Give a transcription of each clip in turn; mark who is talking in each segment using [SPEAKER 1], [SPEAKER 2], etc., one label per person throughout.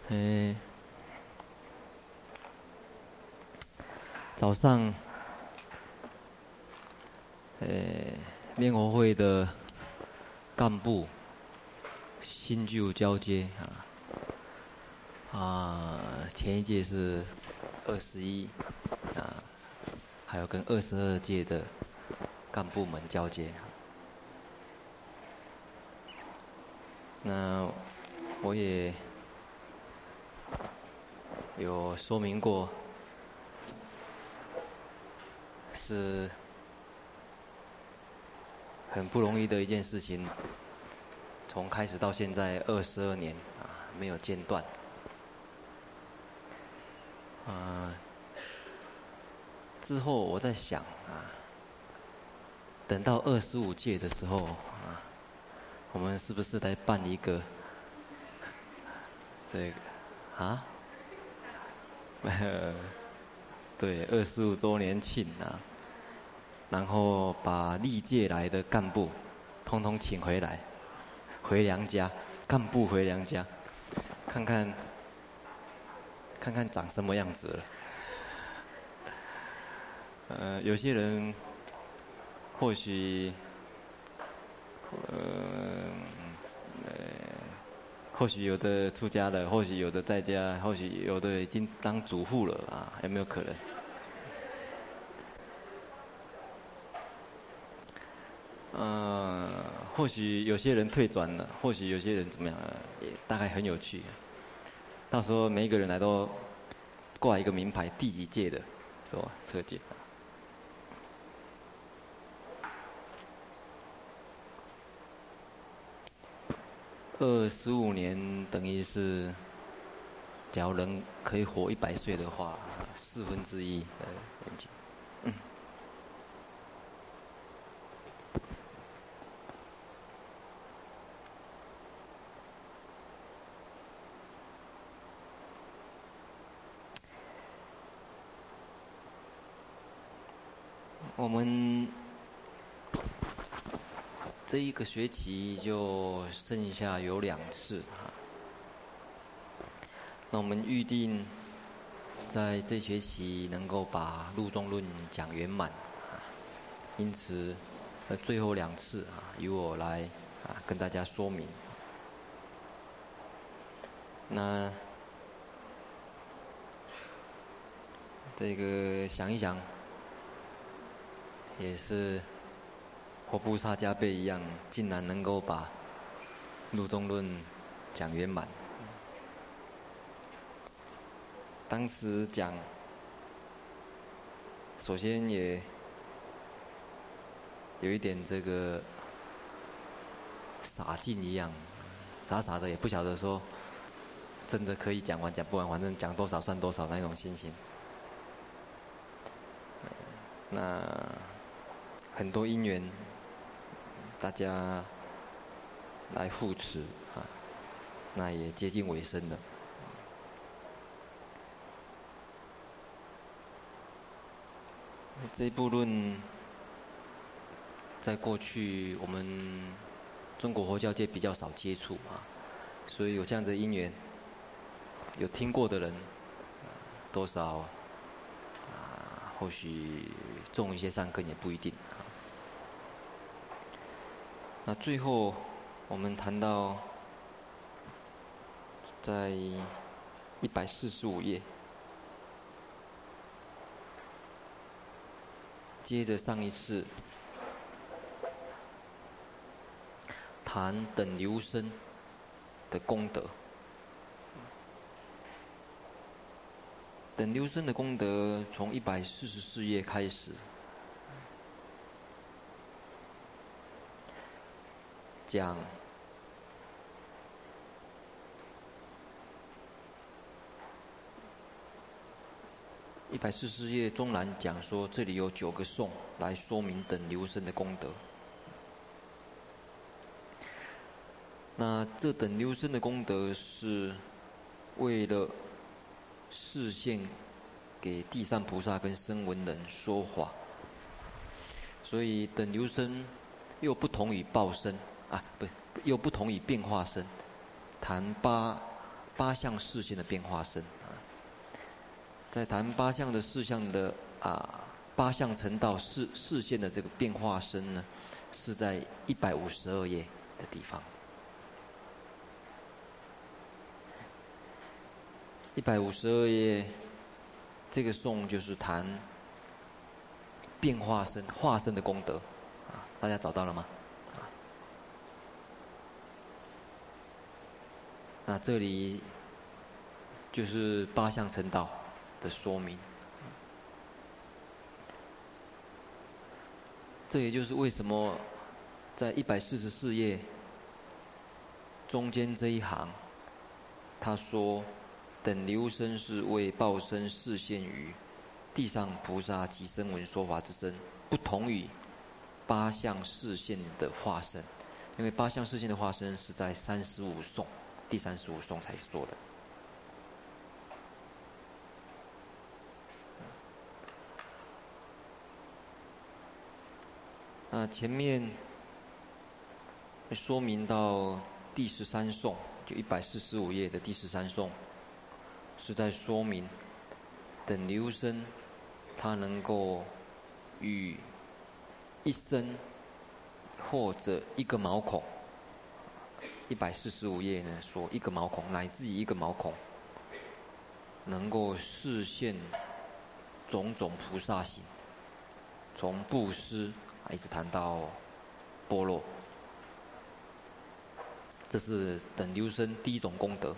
[SPEAKER 1] 诶，早上，联合会的干部新旧交接前一届是21还有跟22届的干部们交接。那我也有说明过，是很不容易的一件事情，从开始到现在22年没有间断。之后我在想等到25届的时候我们是不是来办一个这个对25周年庆然后把历届来的干部通通请回来，回娘家，干部回娘家，看看长什么样子了。有些人或许有的出家了，或许有的在家，或许有的已经当主妇了有没有可能？或许有些人退转了，或许有些人怎么样也大概很有趣。到时候每一个人来都挂一个名牌，第几届的，是吧？车届。25年等于是，假如人可以活100岁的话，1/4的年纪。我们这一个学期就剩下有2次那我们预定在这学期能够把陆中论讲圆满因此最后2次由我来跟大家说明。那这个想一想，也是活菩萨加倍一样，竟然能够把陆中论讲圆满。当时讲，首先也有一点这个傻劲一样，傻傻的也不晓得说真的可以讲完讲不完，反正讲多少算多少那种心情。那很多因缘，大家来护持那也接近尾声了。这部论在过去我们中国佛教界比较少接触所以有这样子的因缘，有听过的人多少或许种一些善根也不一定那最后我们谈到在145页，接着上一次谈等流生的功德。等流生的功德从144页开始讲144页中栏讲说，这里有9个颂来说明等流生的功德。那这等流生的功德是为了示现给地藏菩萨跟声闻人说法，所以等流生又不同于报身又不同于变化身。谈八相示现的变化身啊。在谈八相的事项的八相成道示现的这个变化身呢，是在152页的地方。152页这个颂就是谈变化身化身的功德啊，大家找到了吗？那这里就是八相成道的说明。这也就是为什么在144页中间这一行，他说：“等流身是为报身示现于地上菩萨及声闻说法之身，不同于八相示现的化身。因为八相示现的化身是在35颂，第35颂才说的。那前面说明到第13颂，就145页的第13颂，是在说明等流身它能够与一身或者一个毛孔，145页呢说一个毛孔乃至于一个毛孔，能够示现种种菩萨行，从布施一直谈到般若，这是等流身第一种功德，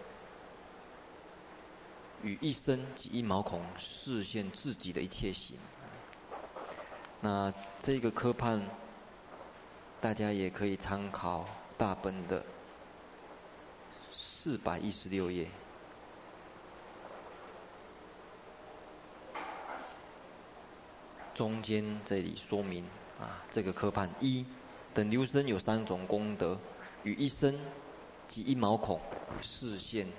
[SPEAKER 1] 与一身及一毛孔示现自己的一切行。那这个科判，大家也可以参考大本的416页。中间这里说明这个科判一，等流身有3种功德，与一身及一毛孔示现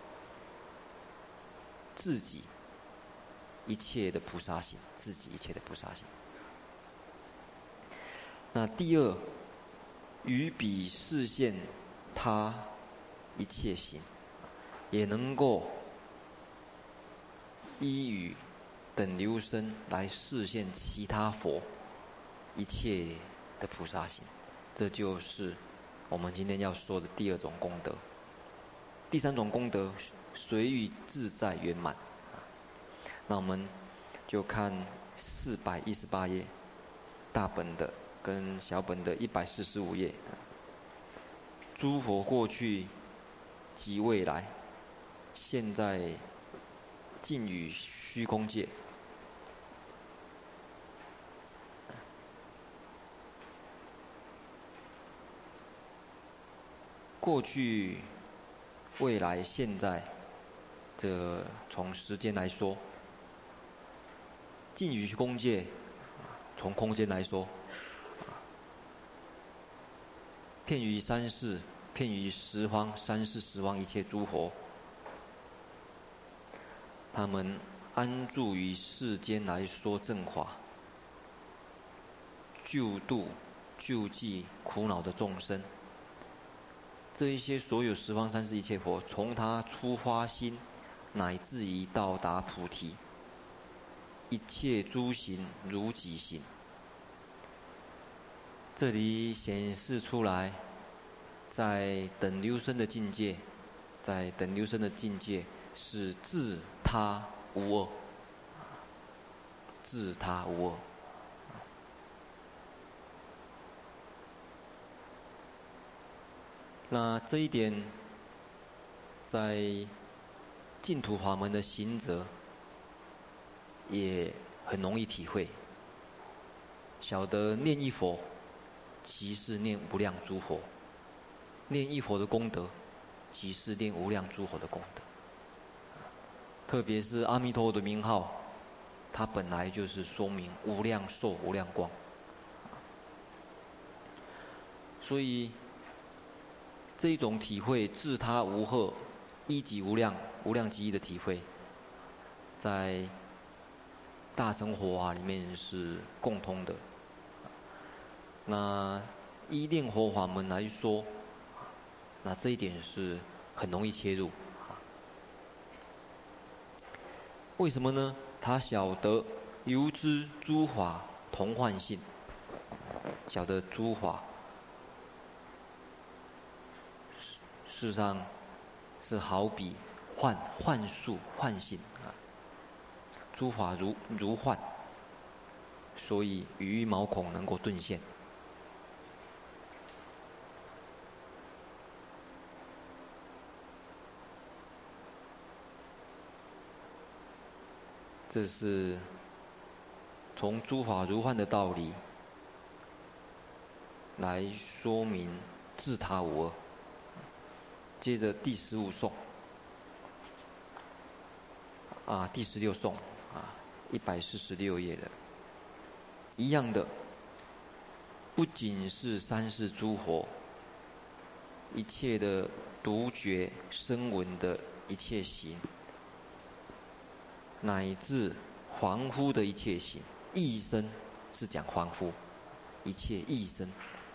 [SPEAKER 1] 自己一切的菩萨行，自己一切的菩萨行。那第二，于彼示现他一切行，也能够依于等流身来示现其他佛一切的菩萨行，这就是我们今天要说的第2种功德。第3种功德随遇自在圆满。那我们就看418页大本的跟小本的145页。诸佛过去及未来，现在尽于虚空界。过去、未来、现在，这从时间来说，尽于虚空界，从空间来说，遍于三世，遍于十方三世十方一切诸佛，他们安住于世间来说正法，救度、救济苦恼的众生。这一些所有十方三世一切佛，从他出发心，乃至于到达菩提，一切诸行如己行。这里显示出来，在等流身的境界，在等流身的境界是自他无二，自他无二。那这一点，在净土法门的行者也很容易体会，晓得念一佛，即是念无量诸佛；念一佛的功德，即是念无量诸佛的功德。特别是阿弥陀佛的名号，它本来就是说明无量寿、无量光，所以这一种体会自他无二、一即无量、无量即一的体会，在大乘佛法里面是共通的。那依念佛法门来说，那这一点是很容易切入。 为什么呢？他晓得由之诸法同幻性，晓得诸法事实上是好比幻术幻性啊，诸法如幻，所以羽毛孔能够顿现。这是从诸法如幻的道理来说明自他无二。接着第15颂第16颂146页的，一样的，不仅是三世诸佛，一切的独觉声闻的一切行，乃至凡夫的一切行，一生是讲凡夫，一切一生，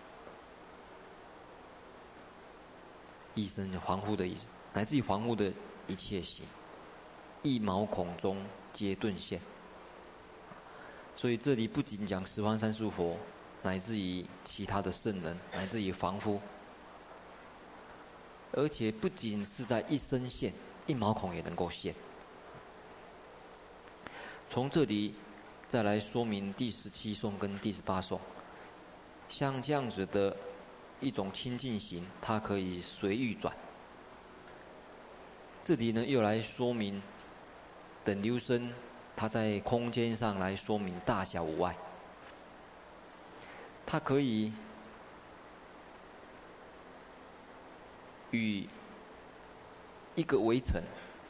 [SPEAKER 1] 一生就凡夫的意思，乃至于凡夫的一切行，一毛孔中皆顿现。所以这里不仅讲十方三世佛，乃至于其他的圣人，乃至于凡夫，而且不仅是在一生现，一毛孔也能够现。从这里再来说明第17颂跟第18颂，像这样子的一种清净行，它可以随欲转。这里呢又来说明等流身，它在空间上来说明大小无碍，它可以与一个微尘，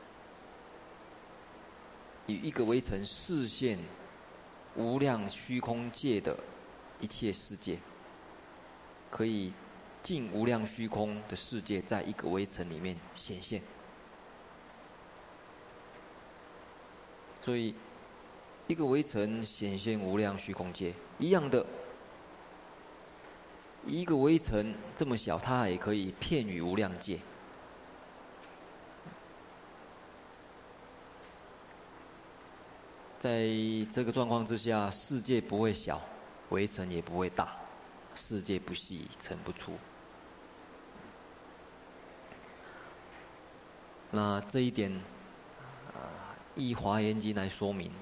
[SPEAKER 1] 视现无量虚空界的一切世界，可以尽无量虚空的世界在一个微尘里面显现。所以一个微尘显现无量虚空界，一样的，一个微尘这么小，它也可以遍于无量界。在这个状况之下，世界不会小，微尘也不会大，世界不细，尘不出。那这一点依《华严经》来说明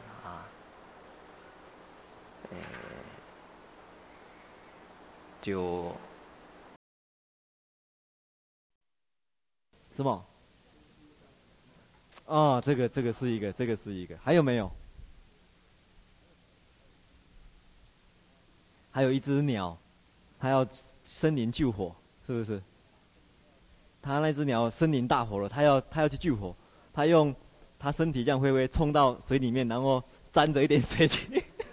[SPEAKER 1] 就
[SPEAKER 2] 什么？哦，这个是一个，这个是一个，还有没有？还有一只鸟，它要森林救火，是不是？它那只鸟森林大火了，它要去救火，它用它身体这样挥冲到水里面，然后沾着一点水去。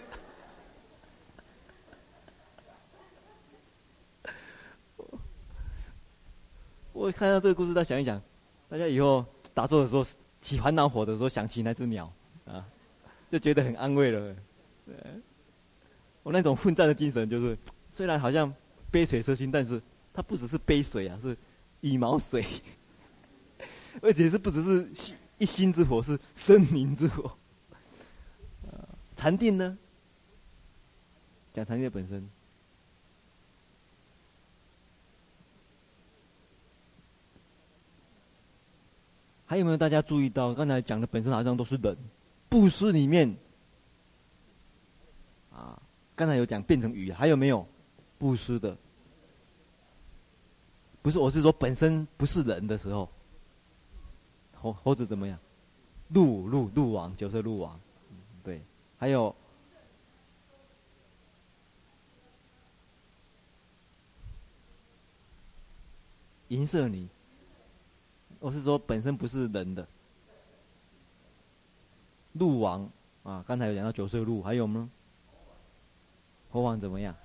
[SPEAKER 2] 我看到这个故事，再想一想，大家以后打坐的时候起烦恼火的时候，想起那只鸟啊，就觉得很安慰了。我那种混战的精神，就是虽然好像杯水车薪，但是它不只是杯水啊，是羽毛水，而且是不只是一心之火，是森林之火。禅定呢？讲禅定的本身。还有没有大家注意到，刚才讲的本身好像都是人，布施里面，刚才有讲变成鱼，还有没有布施的？不是，我是说本身不是人的时候，猴子怎么样？鹿王就是鹿王，对，还有银色泥。我是说本身不是人的鹿王刚才有讲到9岁鹿，还有吗？猴王怎么样？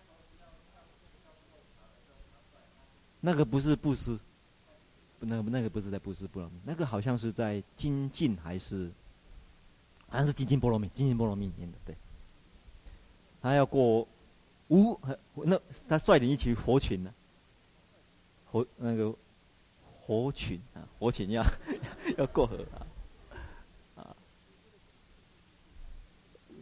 [SPEAKER 2] 那个不是布施，那个不是在布施波罗蜜，那个好像是在精进，好像是精进波罗蜜念的，对。他要过他率领一群活群呢，活群要过河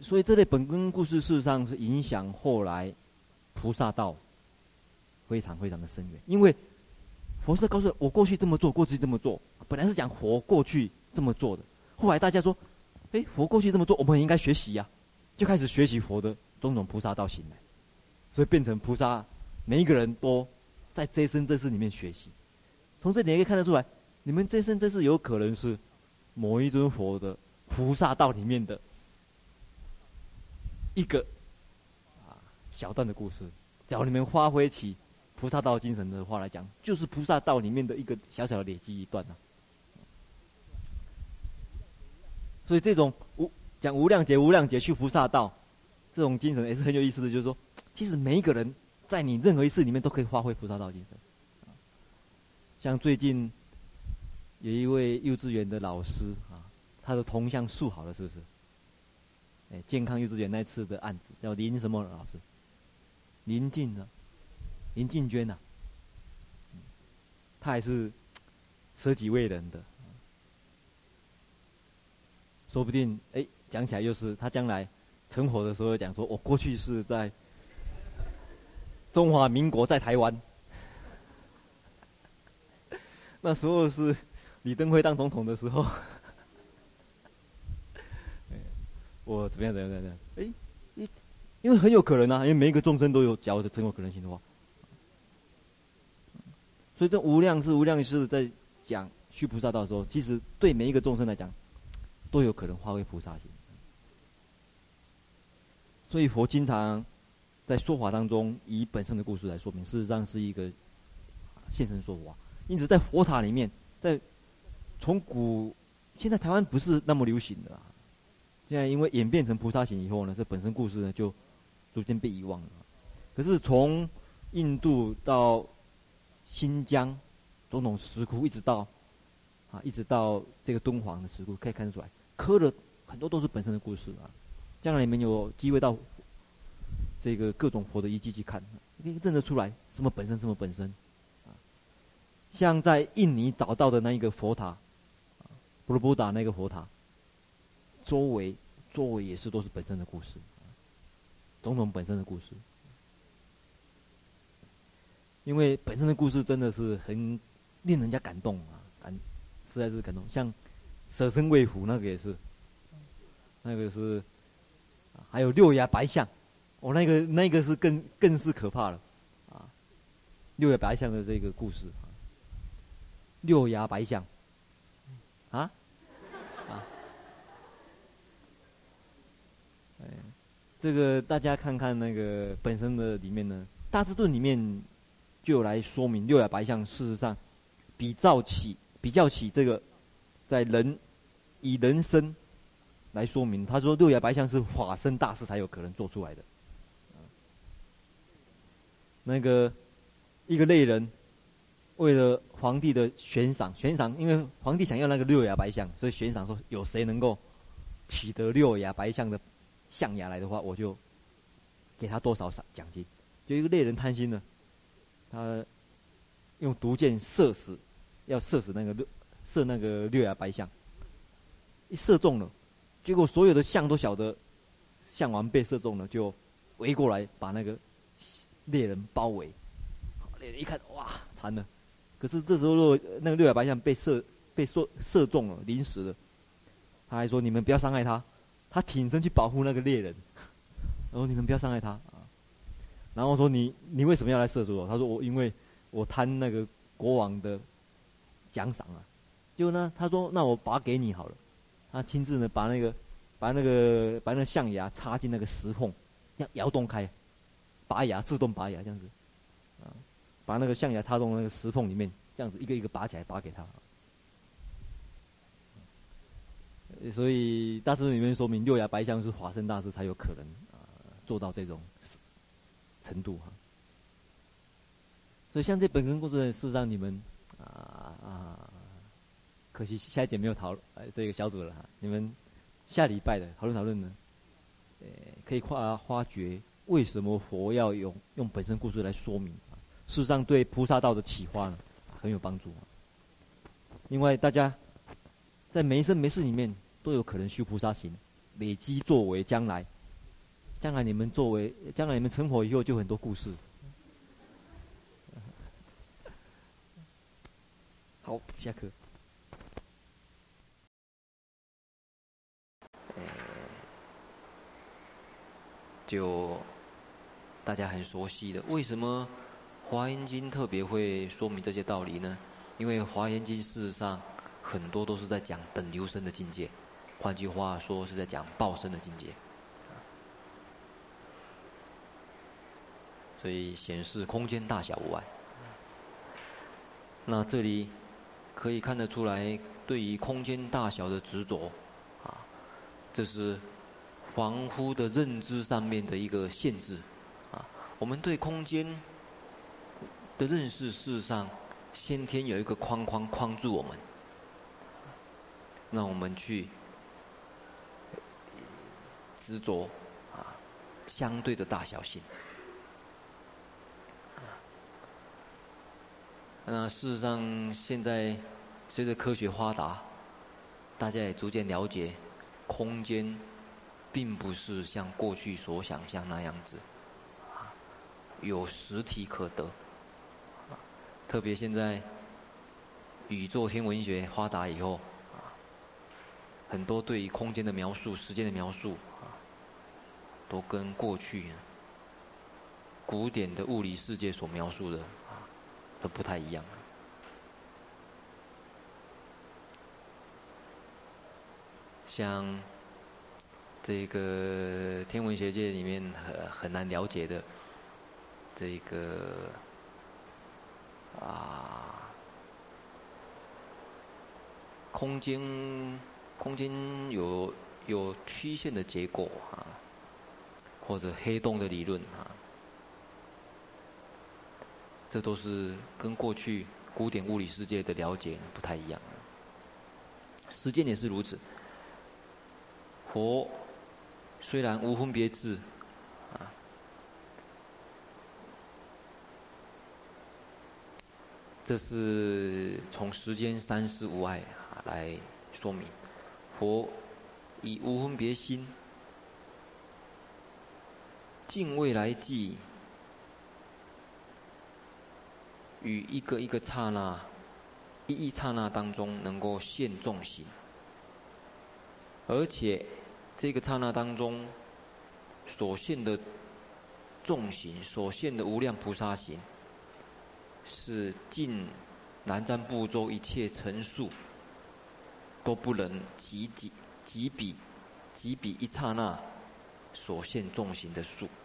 [SPEAKER 2] 所以这类本根故事事实上是影响后来菩萨道非常非常的深远。因为佛是告诉我过去这么做，过去这么做，本来是讲佛过去这么做的，后来大家说，佛过去这么做，我们也应该学习呀，就开始学习佛的种种菩萨道行来，所以变成菩萨，每一个人都在这一生这世里面学习。从这点也可以看得出来，你们这一生这世有可能是某一尊佛的菩萨道里面的一个小段的故事。只要你们发挥起菩萨道精神的话来讲，就是菩萨道里面的一个小小的累积一段啊。所以这种讲无量劫去菩萨道，这种精神也是很有意思的。就是说，其实每一个人在你任何一世里面都可以发挥菩萨道精神。像最近有一位幼稚园的老师他的铜像塑好了，是不是？健康幼稚园那次的案子叫林什么老师？林静娟啊，他还是舍己为人的，说不定讲起来又是他将来成佛的时候讲说，我过去是在中华民国在台湾，那时候是李登辉当总统的时候，我怎么样？因为很有可能啊，因为每一个众生都有，假如是真有可能性的话，所以这无量是在讲须菩萨道的时候，其实对每一个众生来讲，都有可能发挥菩萨行。所以佛经常在说法当中以本身的故事来说明，事实上是一个现身说法。因此在佛塔里面，从古现在台湾不是那么流行的现在因为演变成菩萨行以后呢，这本身故事呢就逐渐被遗忘了。可是从印度到新疆种种石窟，一直到这个敦煌的石窟，可以看得出来，刻了很多都是本身的故事将来你们有机会到这个各种佛的遗迹去看，可以认得出来什么本身像在印尼找到的那一个佛塔，布鲁布达那个佛塔，周围也是都是本身的故事，种种本身的故事。因为本身的故事真的是很令人家感动实在是感动。像舍身喂虎那个也是，还有六牙白象，那个是更是可怕了六牙白象的这个故事六牙白象这个大家看看那个本身的里面呢，大智顿里面就有来说明六牙白象事实上比较起这个以人身来说明，他说六牙白象是法身大士才有可能做出来的。那个一个类人为了皇帝的悬赏，因为皇帝想要那个六牙白象，所以悬赏说有谁能够取得六牙白象的象牙来的话，我就给他多少奖金。就一个类人贪心呢，他用毒箭射死那个六牙白象，一射中了，结果所有的象都晓得象王被射中了，就围过来把那个猎人包围。猎人一看，哇，惨了！可是这时候那个六牙白象被射中了，临死了，他还说：“你们不要伤害他。”他挺身去保护那个猎人，然后你们不要伤害他然后说你为什么要来射死我？他说因为我贪那个国王的奖赏结果呢，他说那我把它给你好了。他亲自呢把那个象牙插进那个石缝，摇动开，拔牙自动拔牙这样子把那个象牙插动那个石缝里面，这样子一个一个拔起来，拔给他。所以大师里面说明六牙白象是法身大师才有可能做到这种程度所以像这本根故事呢，事实上你们可惜下一节没有讨论这个小组了你们下礼拜的讨论呢，可以发掘为什么佛要用本身故事来说明事实上对菩萨道的启发呢很有帮助另外大家在每一生每世里面都有可能修菩萨行，累积作为将来将来你们成佛以后就很多故事。好，下课。
[SPEAKER 1] 就大家很熟悉的，为什么华严经特别会说明这些道理呢？因为华严经事实上很多都是在讲等流生的境界，换句话说是在讲报身的境界，所以显示空间大小无碍。那这里可以看得出来，对于空间大小的执着，这是凡夫的认知上面的一个限制，我们对空间的认识，事实上先天有一个框住我们，让我们去执着相对的大小性。那事实上，现在随着科学发达，大家也逐渐了解，空间并不是像过去所想象那样子，有实体可得。特别现在宇宙天文学发达以后，很多对于空间的描述、时间的描述，都跟过去古典的物理世界所描述的都不太一样。像这个天文学界里面很难了解的这个空间有曲线的结果或者黑洞的理论这都是跟过去古典物理世界的了解不太一样。时间也是如此。佛虽然无分别智这是从时间三世无碍来说明，佛以无分别心尽未来际与一个一个刹那、一刹那当中能够现众行，而且这个刹那当中所现的众行、所现的无量菩萨行，是尽南瞻部洲一切尘数都不能及比一刹那所现众行的数。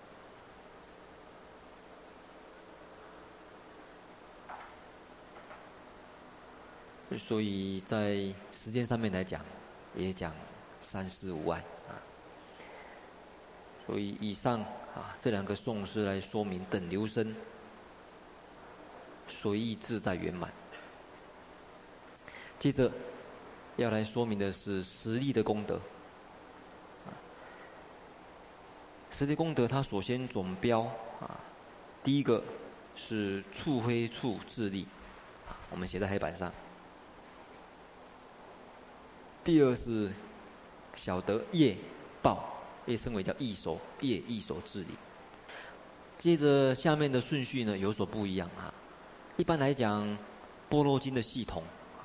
[SPEAKER 1] 所以在时间上面来讲，也讲三世无碍所以以上这两个颂是来说明等流生随意自在圆满。接着要来说明的是实力的功德。实力功德它首先总标第一个是处非处自力，我们写在黑板上。第二是晓得业报，也称为叫易守业易守自力。接着下面的顺序呢有所不一样一般来讲，般若经的系统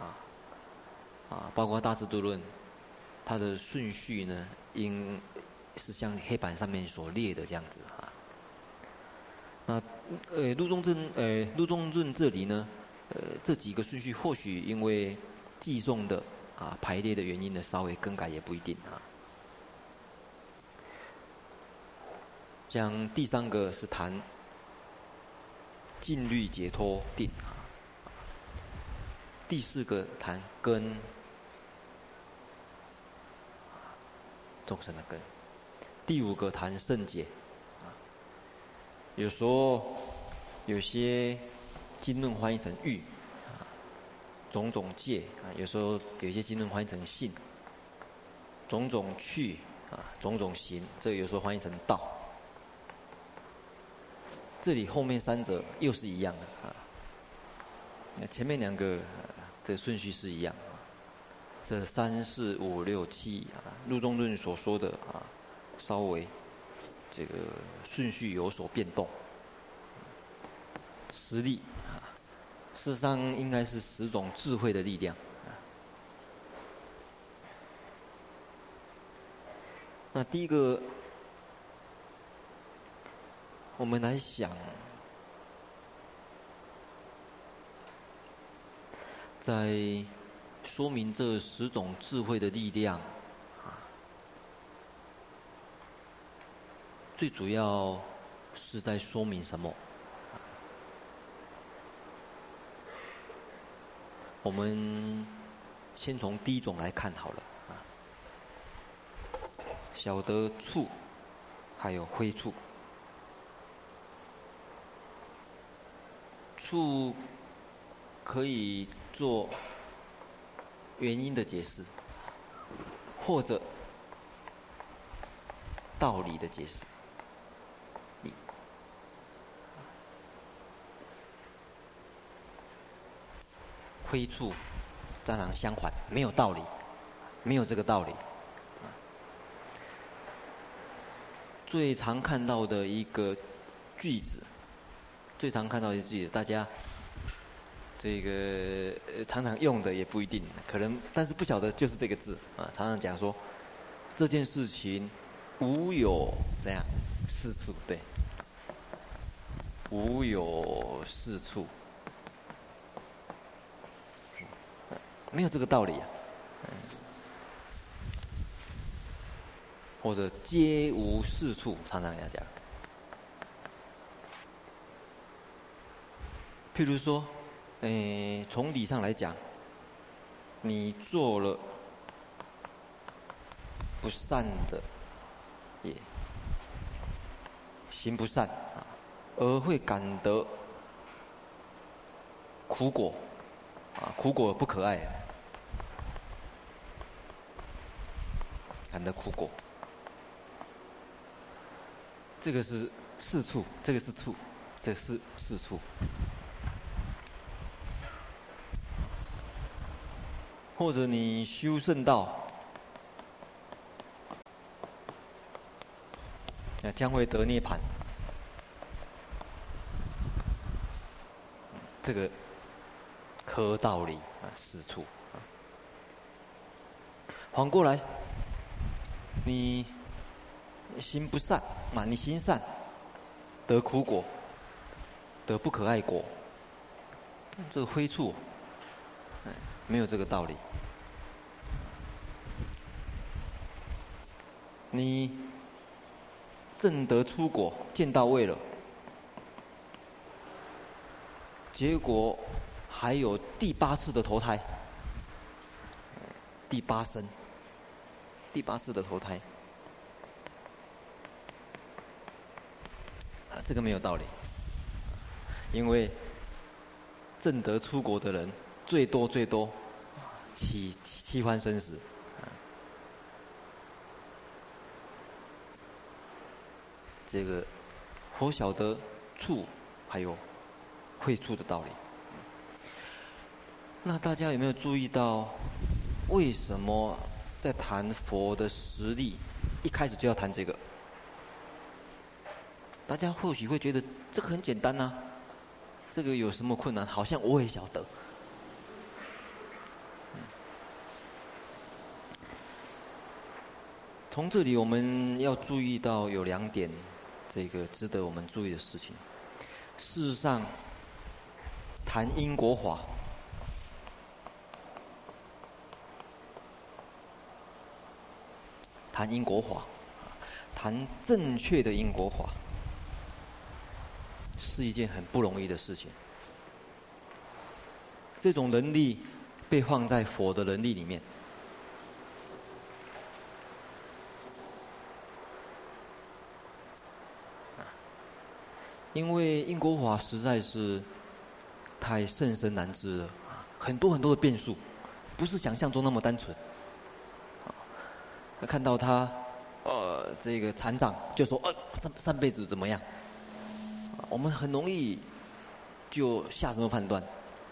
[SPEAKER 1] 包括大智度论，它的顺序呢应是像黑板上面所列的这样子那陆中论这里呢，这几个顺序或许因为寄送的排列的原因呢，稍微更改也不一定像第三个是谈静虑解脱定第四个谈根，众生的根，第五个谈圣解有时候有些经论翻译成欲种种戒有时候有些经论翻译成性，种种趣种种行，这个有时候翻译成道。这里后面三者又是一样的前面两个的顺序是一样这3、4、5、6、7陆中论所说的稍微这个顺序有所变动。10力啊，事实上应该是10种智慧的力量。那第一个，我们来想，在说明这10种智慧的力量，最主要是在说明什么？我们先从第一种来看好了啊，晓得处，还有非处。处可以做原因的解释，或者道理的解释。非处当然相反，没有道理，没有这个道理。最常看到的一个句子，最常看到的句子，大家这个常常用的也不一定，可能但是不晓得就是这个字啊，常常讲说这件事情无有怎样是处，对，无有是处。没有这个道理啊，或者皆无是处，常常要讲。譬如说，从理上来讲，你做了不善的业，行不善啊，而会感得苦果啊，苦果不可爱啊。感得苦果，这个是是处，这个是处，这个是处。或者你修圣道，将会得涅槃，这个科道理啊，是处。反过来。你行不善嘛？你行善，得苦果，得不可爱果，这个非处，没有这个道理。你正得出果，见到位了，结果还有第8次的投胎，第8生。第8次的投胎，这个没有道理，因为正得出国的人最多七番生死，这个我晓得处还有会处的道理。那大家有没有注意到，为什么在谈佛的实力，一开始就要谈这个？大家或许会觉得这个很简单啊，这个有什么困难？好像我也晓得。从这里我们要注意到有2点，这个值得我们注意的事情。事实上，谈因果法，谈因果法，谈正确的因果法，是一件很不容易的事情。这种能力被放在佛的能力里面。因为因果法实在是太甚深难知了，很多的变数，不是想象中那么单纯。看到他，这个残障就说，上辈子怎么样？我们很容易就下什么判断，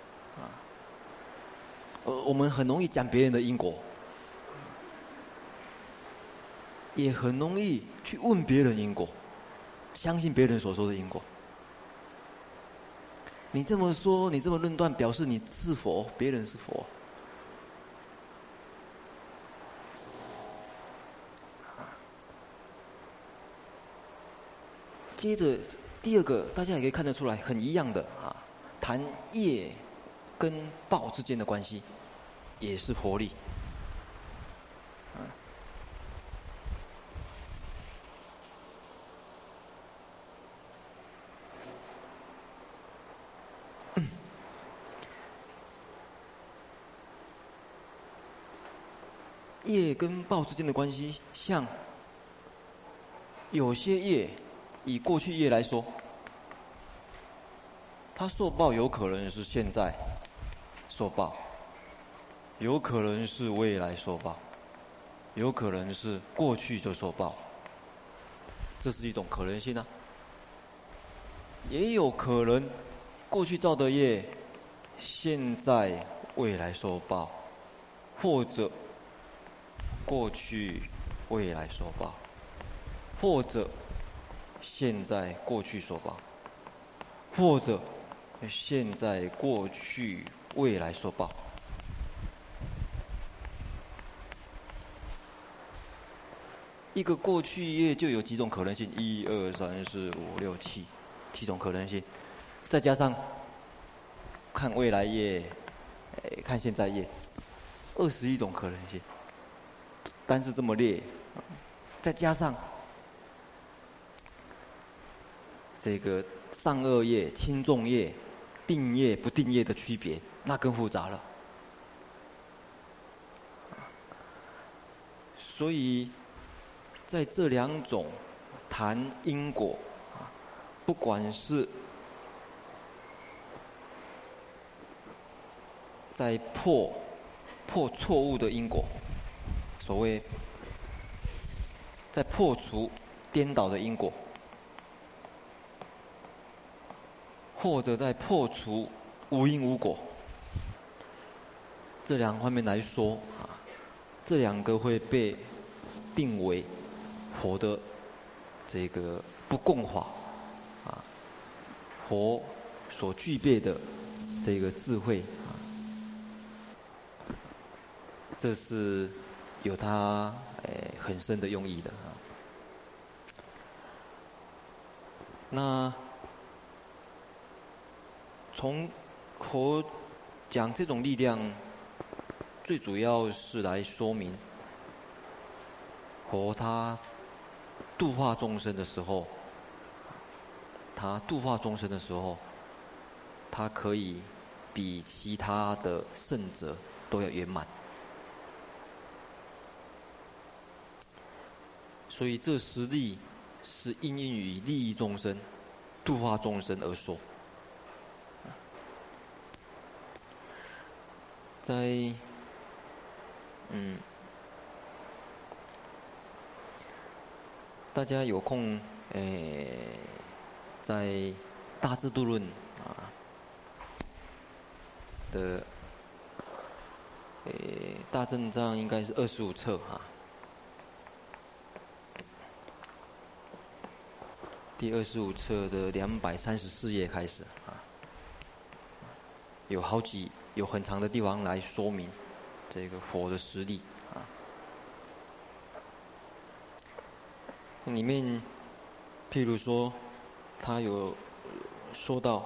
[SPEAKER 1] 我们很容易讲别人的因果，也很容易去问别人因果。 相信别人所说的因果。你这么说，你这么论断，表示你是佛，别人是佛。接着第二个，大家也可以看得出来，很一样的啊，谈业跟报之间的关系，也是佛力。业跟报之间的关系，像有些业，以过去业来说，它受报有可能是现在受报，有可能是未来受报，有可能是过去就受报，这是一种可能性啊。也有可能过去造的业，现在未来受报，或者过去未来受报，或者现在过去受报，或者现在过去未来受报。一个过去业就有几种可能性，1、2、3、4、5、6、7种可能性，再加上看未来业，看现在业，21种可能性。单是这么列，再加上这个上恶业、轻重业、定业不定业的区别，那更复杂了。所以在这两种谈因果，不管是在破错误的因果，所谓在破除颠倒的因果，或者在破除无因无果，这两方面来说啊，这两个会被定为佛的这个不共法啊，佛所具备的这个智慧啊，这是有它很深的用意的啊。那从佛讲这种力量，最主要是来说明佛他度化众生的时候，他可以比其他的圣者都要圆满。所以这实力是因应于利益众生、度化众生而说。在大家有空在《大智度论》的大正章应该是25册第25册的234页开始有很长的地方来说明这个佛的实力里面譬如说他有说到，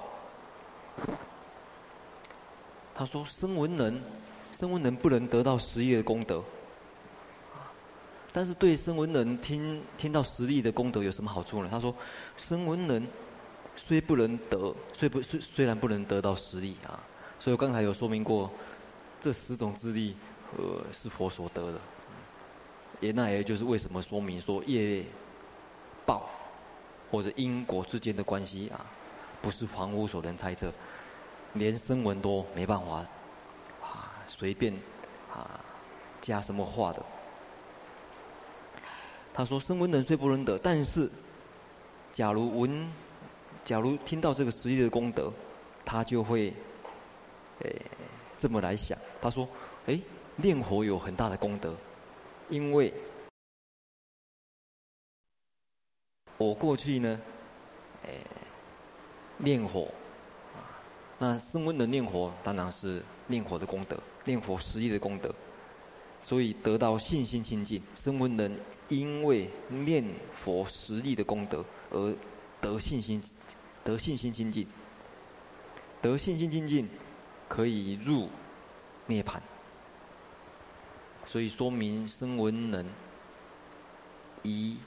[SPEAKER 1] 他说声闻人不能得到10亿的功德，但是对声闻人听到10亿的功德有什么好处呢？他说声闻人虽然不能得到10亿所以我刚才有说明过，这10种智力是佛所得的，那也就是为什么说明说业报或者因果之间的关系不是凡夫所能猜测，连声闻都没办法随便加什么话的。他说声闻人虽不能得，但是假如听到这个10亿的功德，他就会这么来想。他说念佛有很大的功德，因为我过去呢炼火，那声闻人炼火当然是炼火的功德，炼火实力的功德，所以得到信心清净。声闻人因为念佛实力的功德而得信心清净，得信心清净可以入涅槃。所以说明声闻人以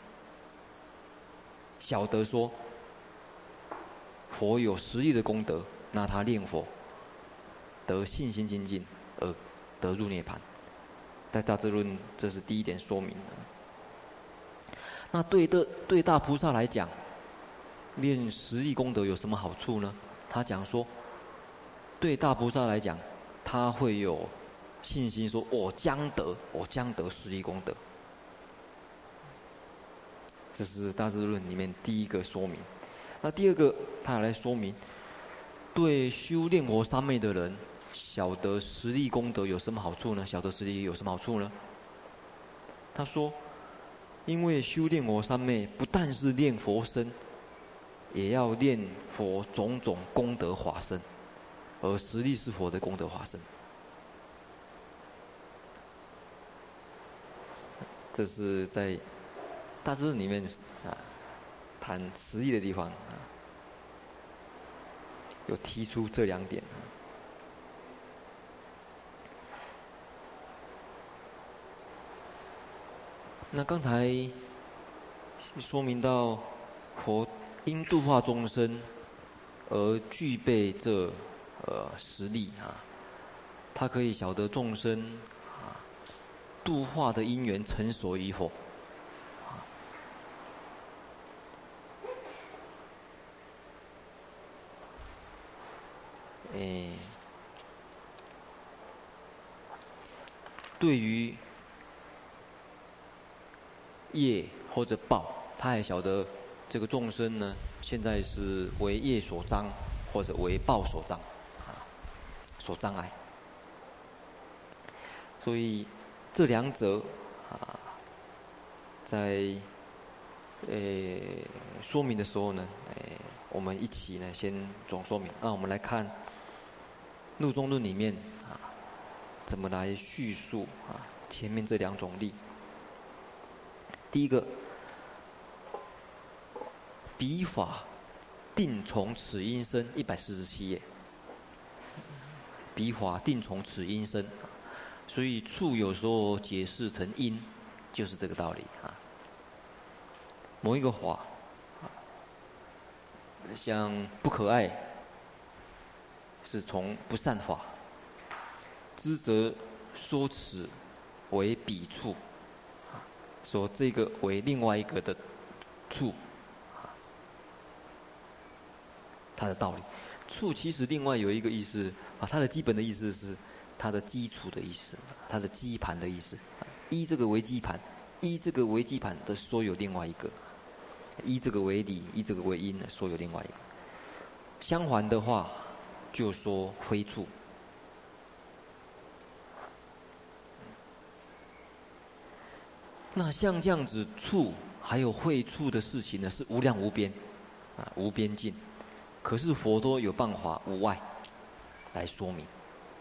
[SPEAKER 1] 晓得说佛有实力的功德，那他念佛得信心精进而得入涅槃。在大智论，这是第一点说明的。那对大菩萨来讲，练实力功德有什么好处呢？他讲说，对大菩萨来讲，他会有信心说，我将得实力功德。这是大智论里面第一个说明。那第二个，他来说明，对修炼佛三昧的人，晓得实力功德有什么好处呢？晓得实力有什么好处呢？他说，因为修炼佛三昧，不但是练佛身，也要练佛种种功德法身，而实力是佛的功德法身。这是在大智论里面谈实力的地方有提出这两点。那刚才说明到佛因度化众生而具备这实力他可以晓得众生度化的因缘成熟与否。对于业或者报，他也晓得这个众生呢，现在是为业所障，或者为报所障，所障碍。所以这两者在说明的时候呢，我们一起呢先总说明。那我们来看《入中论》里面怎么来叙述前面这两种力。第一个，彼法定从此因生，147页。彼法定从此因生，所以处有时候解释成因，就是这个道理某一个法像不可爱，是从不善法。知则说此为彼处，说这个为另外一个的处，它的道理。处其实另外有一个意思它的基本的意思是它的基础的意思，它的基盘的意思。依这个为基盘，依这个为基盘的说有另外一个，依这个为理，依这个为因的说有另外一个。相反的话，就说非处。那像这样子处还有会处的事情呢，是无量无边无边尽。可是佛陀有办法无碍来说明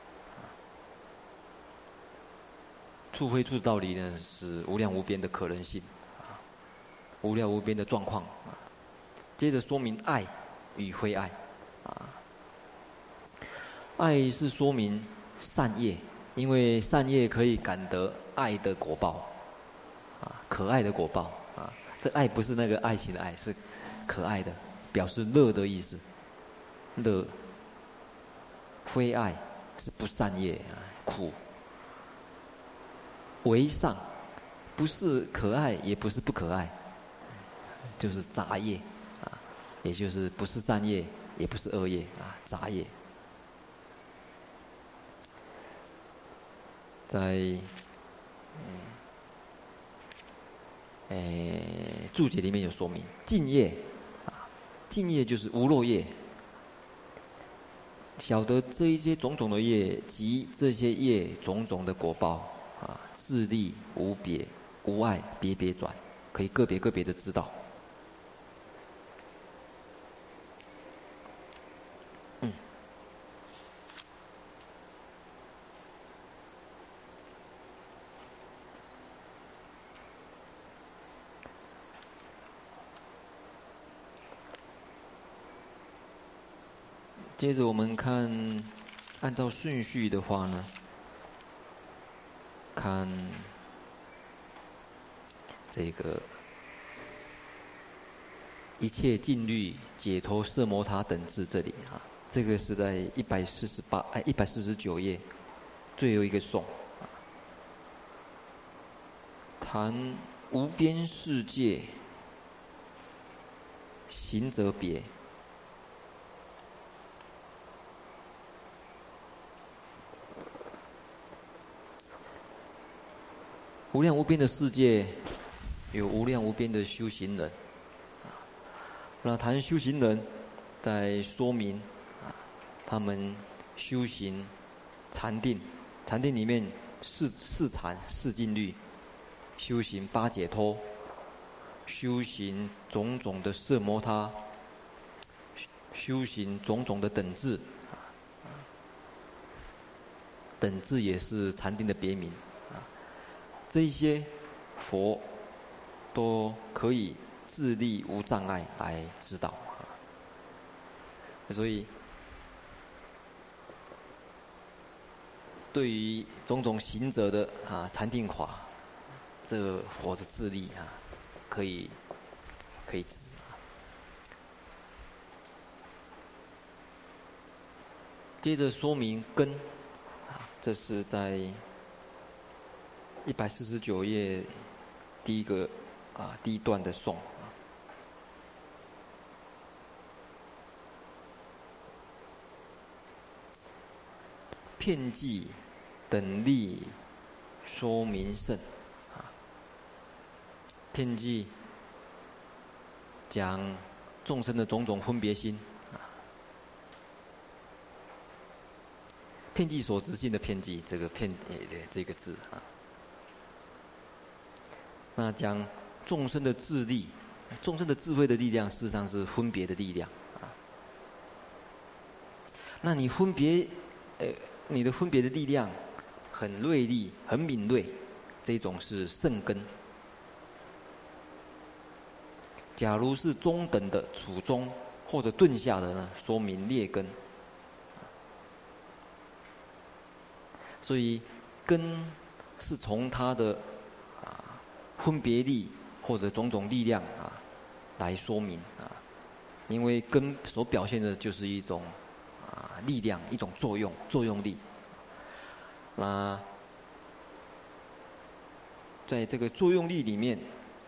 [SPEAKER 1] 处非处的道理呢，是无量无边的可能性无量无边的状况接着说明爱与非爱爱是说明善业，因为善业可以感得爱的果报可爱的果报这爱不是那个爱情的爱，是可爱的，表示乐的意思。乐，非爱是不善业苦。为上，不是可爱，也不是不可爱，就是杂业也就是不是善业，也不是恶业杂业。在注解里面有说明，净业净业就是无漏业。晓得这一些种种的业及这些业种种的果报自利无别无碍别别转，可以个别的知道。 接着我们看，按照顺序的话呢，看这个一切尽律解脱色摩他等字这里啊，这个是在149页最后一个颂，谈无边世界行者别。无量无边的世界，有无量无边的修行人。那谈修行人，在说明他们修行禅定，禅定里面四禅四静虑，修行八解脱，修行种种的色摩他，修行种种的等至，等至也是禅定的别名。这一些佛都可以自立无障碍来指导，所以对于种种行者的禅定法，这个佛的自立可以指。接着说明根，这是在149页第一段的颂。遍计等力说明胜，遍计讲众生的种种分别心，遍计所执性的遍计，这个遍这个字那讲众生的智力，众生的智慧的力量，事实上是分别的力量那你分别，你的分别的力量很锐利、很敏锐，这种是胜根。假如是中等的、处中或者顿下的呢，说明劣根。所以根是从它的分别力或者种种力量来说明因为根所表现的就是一种力量，一种作用力。那在这个作用力里面，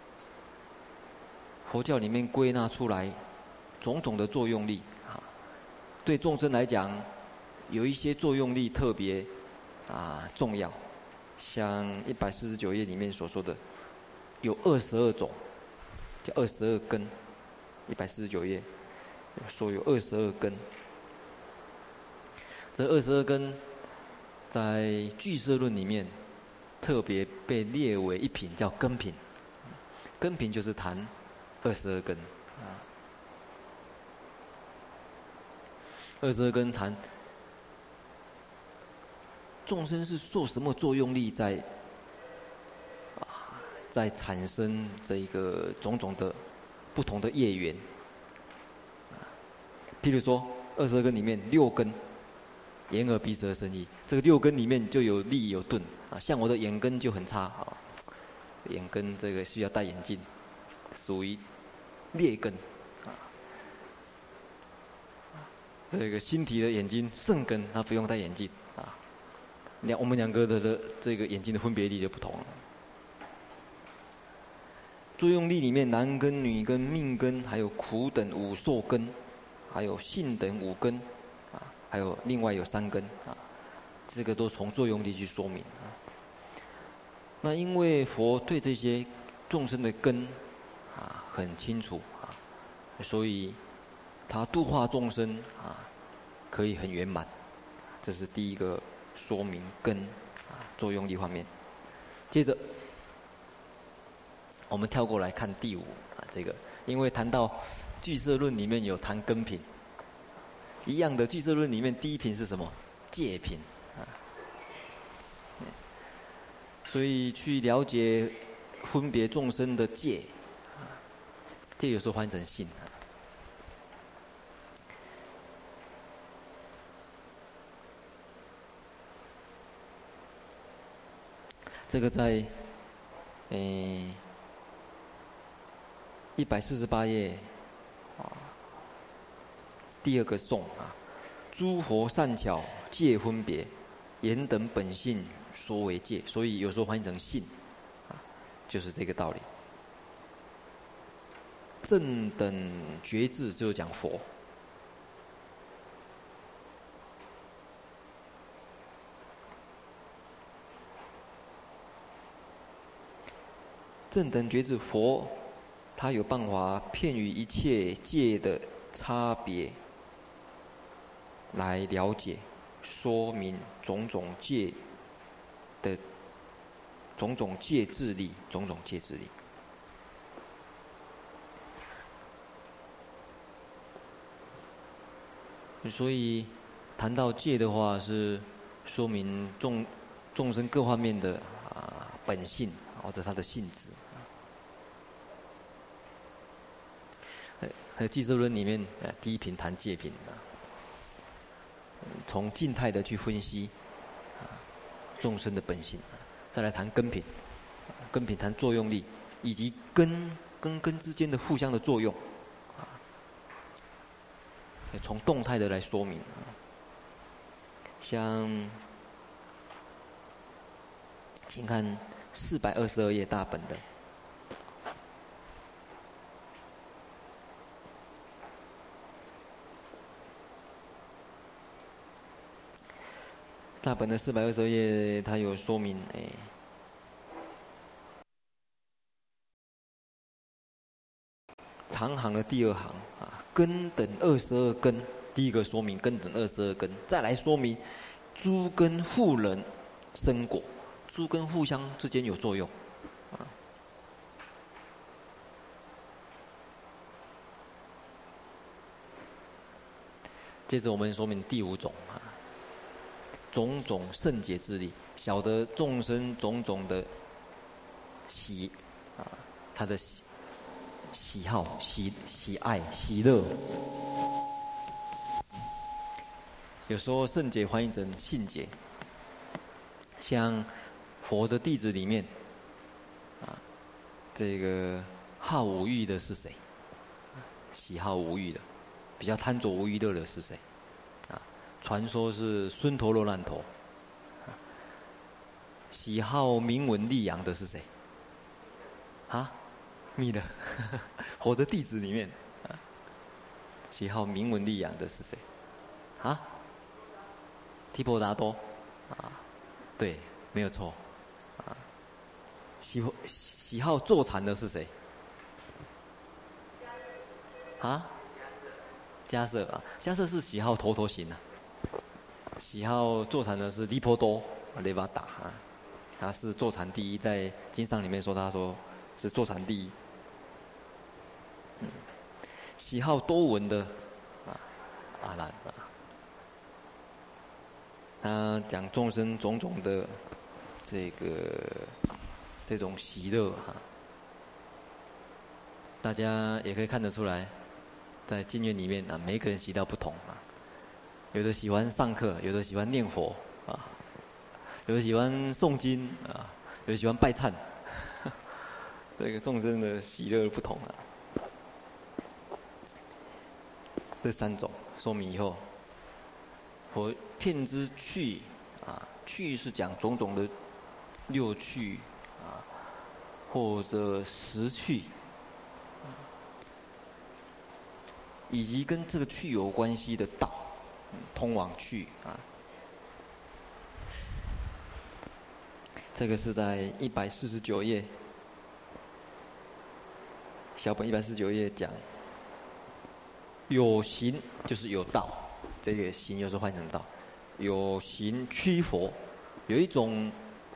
[SPEAKER 1] 佛教里面归纳出来种种的作用力对众生来讲，有一些作用力特别重要，像149页里面所说的，有22种，叫22根。149页说有22根，这22根在俱舍论里面特别被列为一品，叫根品。根品就是谈22根22根谈众生是受什么作用力在产生这一个种种的不同的业缘。譬如说22根里面6根，眼耳鼻舌身意，这个6根里面就有利有钝像我的眼根就很差眼根这个需要戴眼镜，属于劣根这个星体的眼睛胜根，他不用戴眼镜我们两个的这个眼睛的分别力就不同了。作用力里面，男根、女根、命根，还有苦等五受根，还有性等5根还有另外有3根这个都从作用力去说明那因为佛对这些众生的根很清楚所以他度化众生可以很圆满。这是第一个说明根作用力方面。接着我们跳过来看第5这个，因为谈到俱舍论里面有谈根品，一样的俱舍论里面第一品是什么？戒品所以去了解分别众生的戒，戒有时候翻成性这个在148页第二个颂啊，诸佛善巧界分别，言等本性说为界，所以有时候翻译成性啊，就是这个道理。正等觉智就是讲佛。正等觉智佛，他有办法遍于一切界的差别，来了解、说明种种界的种种界智力，种种界智力。所以谈到界的话，是说明众生各方面的本性或者他的性质。还有《俱舍论》里面第一品谈界品从静态的去分析众生的本性，再来谈根品，根品谈作用力，以及根跟根之间的互相的作用。从动态的来说明，像，请看422页大本的，大本的422页，它有说明，长行的第二行根等22根，第一个说明根等22根，再来说明诸根互人生果，诸根互相之间有作用。接着我们说明第5种种种圣洁之力，晓得众生种种的他的喜好、喜爱、喜乐。有时候圣洁翻译成性洁，像佛的弟子里面，这个好五欲的是谁？喜好无欲的，比较贪着无欲乐的是谁？传说是孙陀罗难陀。喜好名闻利养的是谁？密勒。佛的弟子里面，喜好名闻利养的是谁？提婆达多。对，没有错。喜好坐禅的是谁？迦叶啊，迦叶是喜好头型喜好坐禅的是离婆多雷瓦达他是坐禅第一，在经上里面说他说是坐禅第一。喜好多闻的阿难他讲众生种种的这种喜乐大家也可以看得出来，在经院里面每一个人喜好不同有的喜欢上课，有的喜欢念佛有的喜欢诵经有的喜欢拜忏，这个众生的喜乐不同这3种说明以后，佛遍知趣趣是讲种种的6趣或者10趣，以及跟这个趣有关系的道，通往趣这个是在149页，小本149页讲，有行就是有道，这个行有时候换成道，有行趋佛，有一种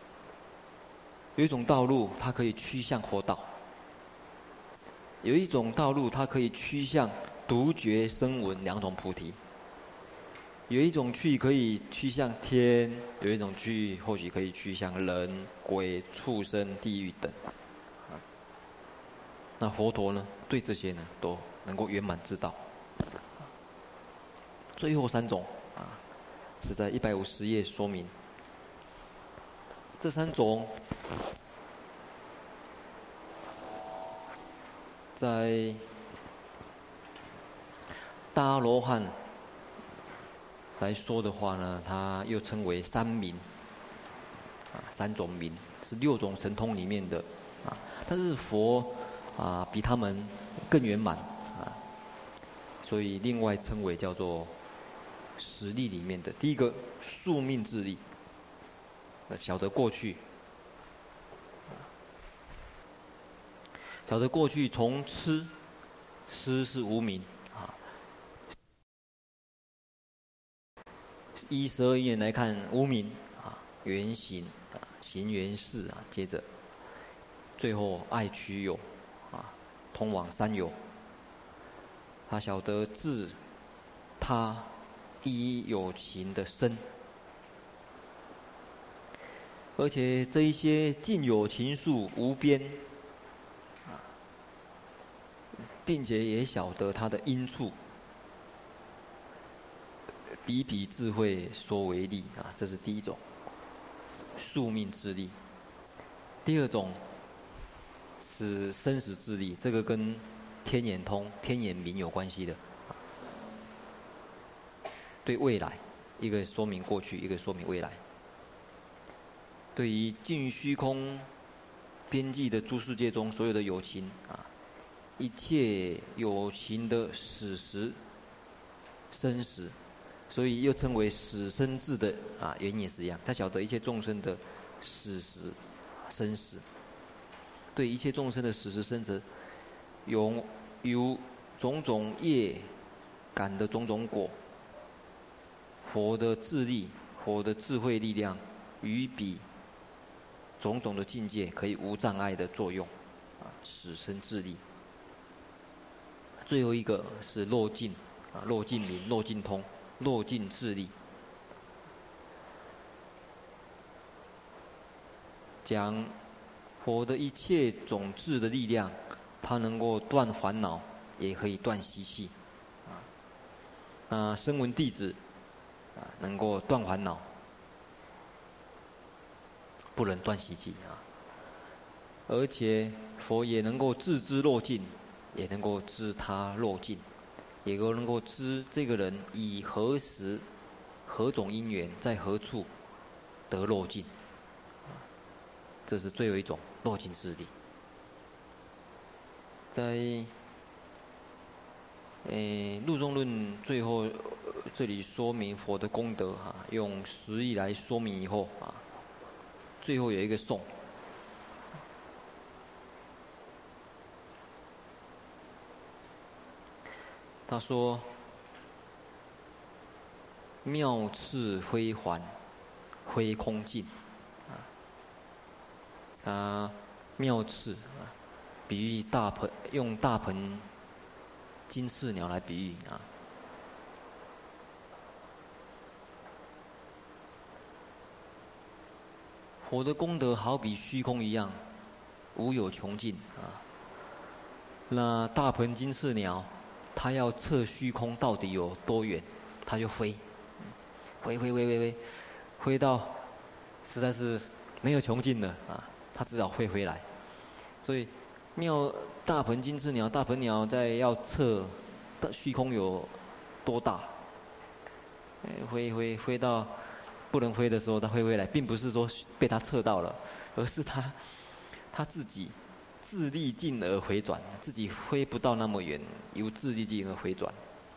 [SPEAKER 1] 道路，它可以趋向佛道；有一种道路，它可以趋向独觉声闻2种菩提；有一种去可以趋向天，有一种去或许可以趋向人、鬼、畜生、地狱等。那佛陀呢，对这些呢都能够圆满知道。最后3种是在150页说明。 这三种在大阿罗汉来说的话呢，它又称为三明，三种明是6种神通里面的，但是佛比他们更圆满，所以另外称为叫做10力里面的第一个宿命智力，晓得过去，晓得过去从痴是无明依12因缘来看无明缘行行缘事接着最后爱取有通往三有，他晓得自他依有情的身，而且这一些尽有情数无边，并且也晓得他的因处，比比智慧说为力这是第一种宿命之力。第二种是生死之力，这个跟天眼通、天眼明有关系的，对未来，一个说明过去，一个说明未来。对于尽虚空边际的诸世界中所有的有情一切有情的死时、生死，所以又称为死生智的原因也是一样。他晓得一切众生的死时、生死，对一切众生的死时、生死，有种种业感的种种果，佛的智力、佛的智慧力量，与彼种种的境界可以无障碍的作用，死生智力。最后一个是漏尽漏尽明、漏尽通、漏尽智力。讲佛的一切种智的力量，它能够断烦恼，也可以断习气。声闻弟子能够断烦恼，不能断习气而且佛也能够自知漏尽，也能够知他漏尽，也能够知这个人以何时、何种因缘，在何处得漏尽。这是最后一种漏尽之力。在入中论最后这里说明佛的功德用实义来说明以后最后有一个颂。他说：妙翅辉环，挥空尽。妙翅比喻大鹏，用大鹏金翅鸟来比喻佛的功德好比虚空一样，无有穷尽那大鹏金翅鸟，它要测虚空到底有多远，它就飞到实在是没有穷尽了它至少会回来。所以大鹏金翅鸟，大鹏鸟在要测虚空有多大，飞到不能飞的时候，它会回来，并不是说被它测到了，而是它自己自力尽而回转，自己飞不到那么远，由自力尽而回转。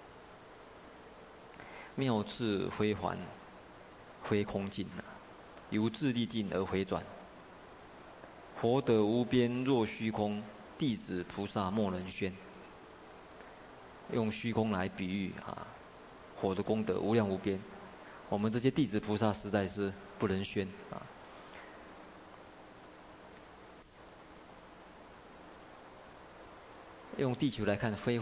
[SPEAKER 1] 妙翅辉环，挥空尽由自力尽而回转。佛德无边若虚空，弟子菩萨莫能宣。用虚空来比喻佛的功德无量无边，我们这些弟子菩萨实在是不能宣用地球来看，飞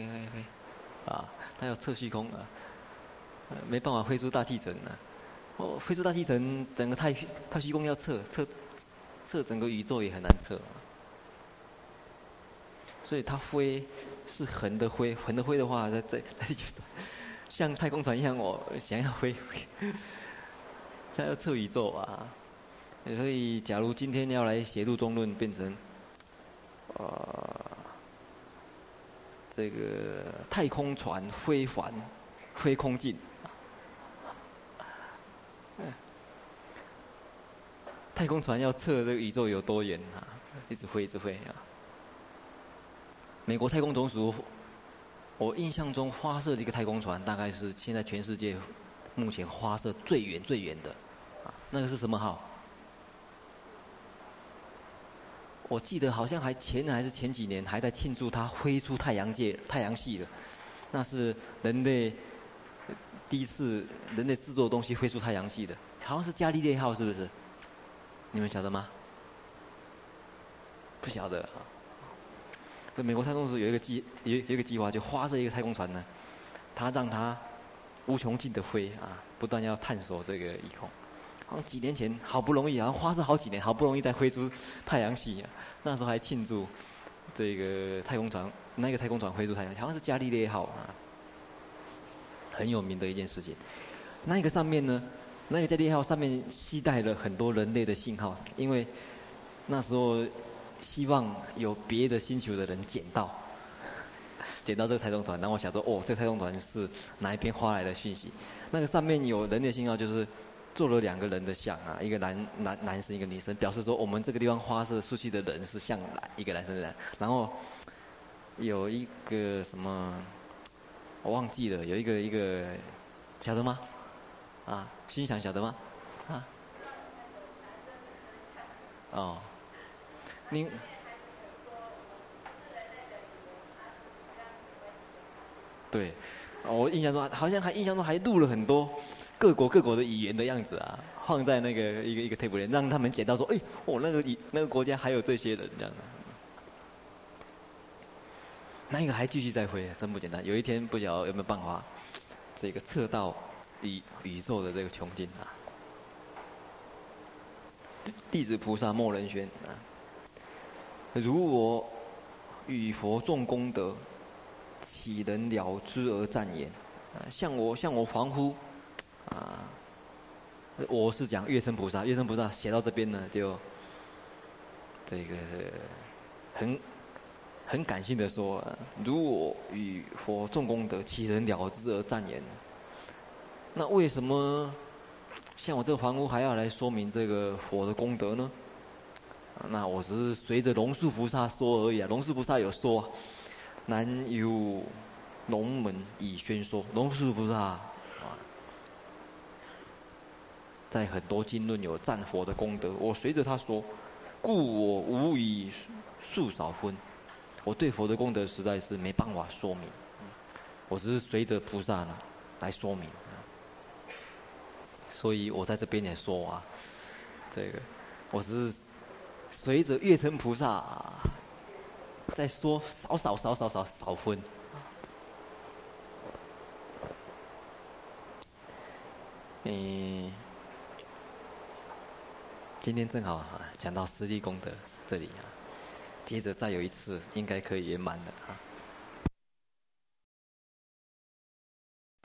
[SPEAKER 1] 它要测虚空没办法飞出大气层飞出大气层，整个太虚空要测整个宇宙也很难测所以它飞是横的飞，横的飞的话，在地球像太空船一样，我想要飞，它要测宇宙所以，假如今天要来写入中论，变成这个太空船飞环飞空镜，太空船要测这个宇宙有多远啊，一直飞一直飞啊。美国太空总署，我印象中发射的一个太空船，大概是现在全世界目前发射最远的，那个是什么号？我记得好像还前几年还在庆祝它飞出太阳系的，那是人类第一次人类制作的东西飞出太阳系的，好像是伽利略号，是不是？你们晓得吗？不晓得啊。美国太空署有一个计划，就发射一个太空船呢，它让它无穷尽的飞啊，不断要探索这个异空。好像几年前好不容易，好像花了好几年，好不容易再飞出太阳系啊。那时候还庆祝这个那个太空船飞出太阳系，好像是伽利略号啊，很有名的一件事情。那个上面呢，那个伽利略号上面携带了很多人类的信号，因为那时候希望有别的星球的人捡到这个太空船，然后我想说，哦，这个太空船是哪一边发来的讯息？那个上面有人类信号，就是做了2个人的像啊，一个男生，一个女生，表示说我们这个地方发射出去的人是像一个男生的人，然后有一个什么，我忘记了，有一个晓得吗？啊，心想晓得吗？啊，哦，你。对，我印象中好像还录了很多各国的语言的样子啊，放在那个一个 table 里，让他们捡到说，哎，哦，那个国家还有这些人这样的。那一个还继续在飞，真不简单。有一天不晓得有没有办法，这个测到宇宙的这个穷尽啊。弟子菩萨莫人宣啊，如我与佛众功德，岂能了知而赞言？像我凡夫，啊，我是讲月称菩萨写到这边呢，就这个很感性的说，如我与佛众功德，岂能了知而赞言？那为什么像我这个凡夫还要来说明这个佛的功德呢？那我只是随着龙树菩萨说而已啊。龙树菩萨有说，南有龙门以宣说。龙树菩萨啊，在很多经论有赞佛的功德，我随着他说，故我无以数少分。我对佛的功德实在是没办法说明，我只是随着菩萨呢来说明。所以我在这边也说啊，这个我只是随着月称菩萨在说少分。今天正好讲到实力功德这里啊，接着再有一次应该可以圆满的啊。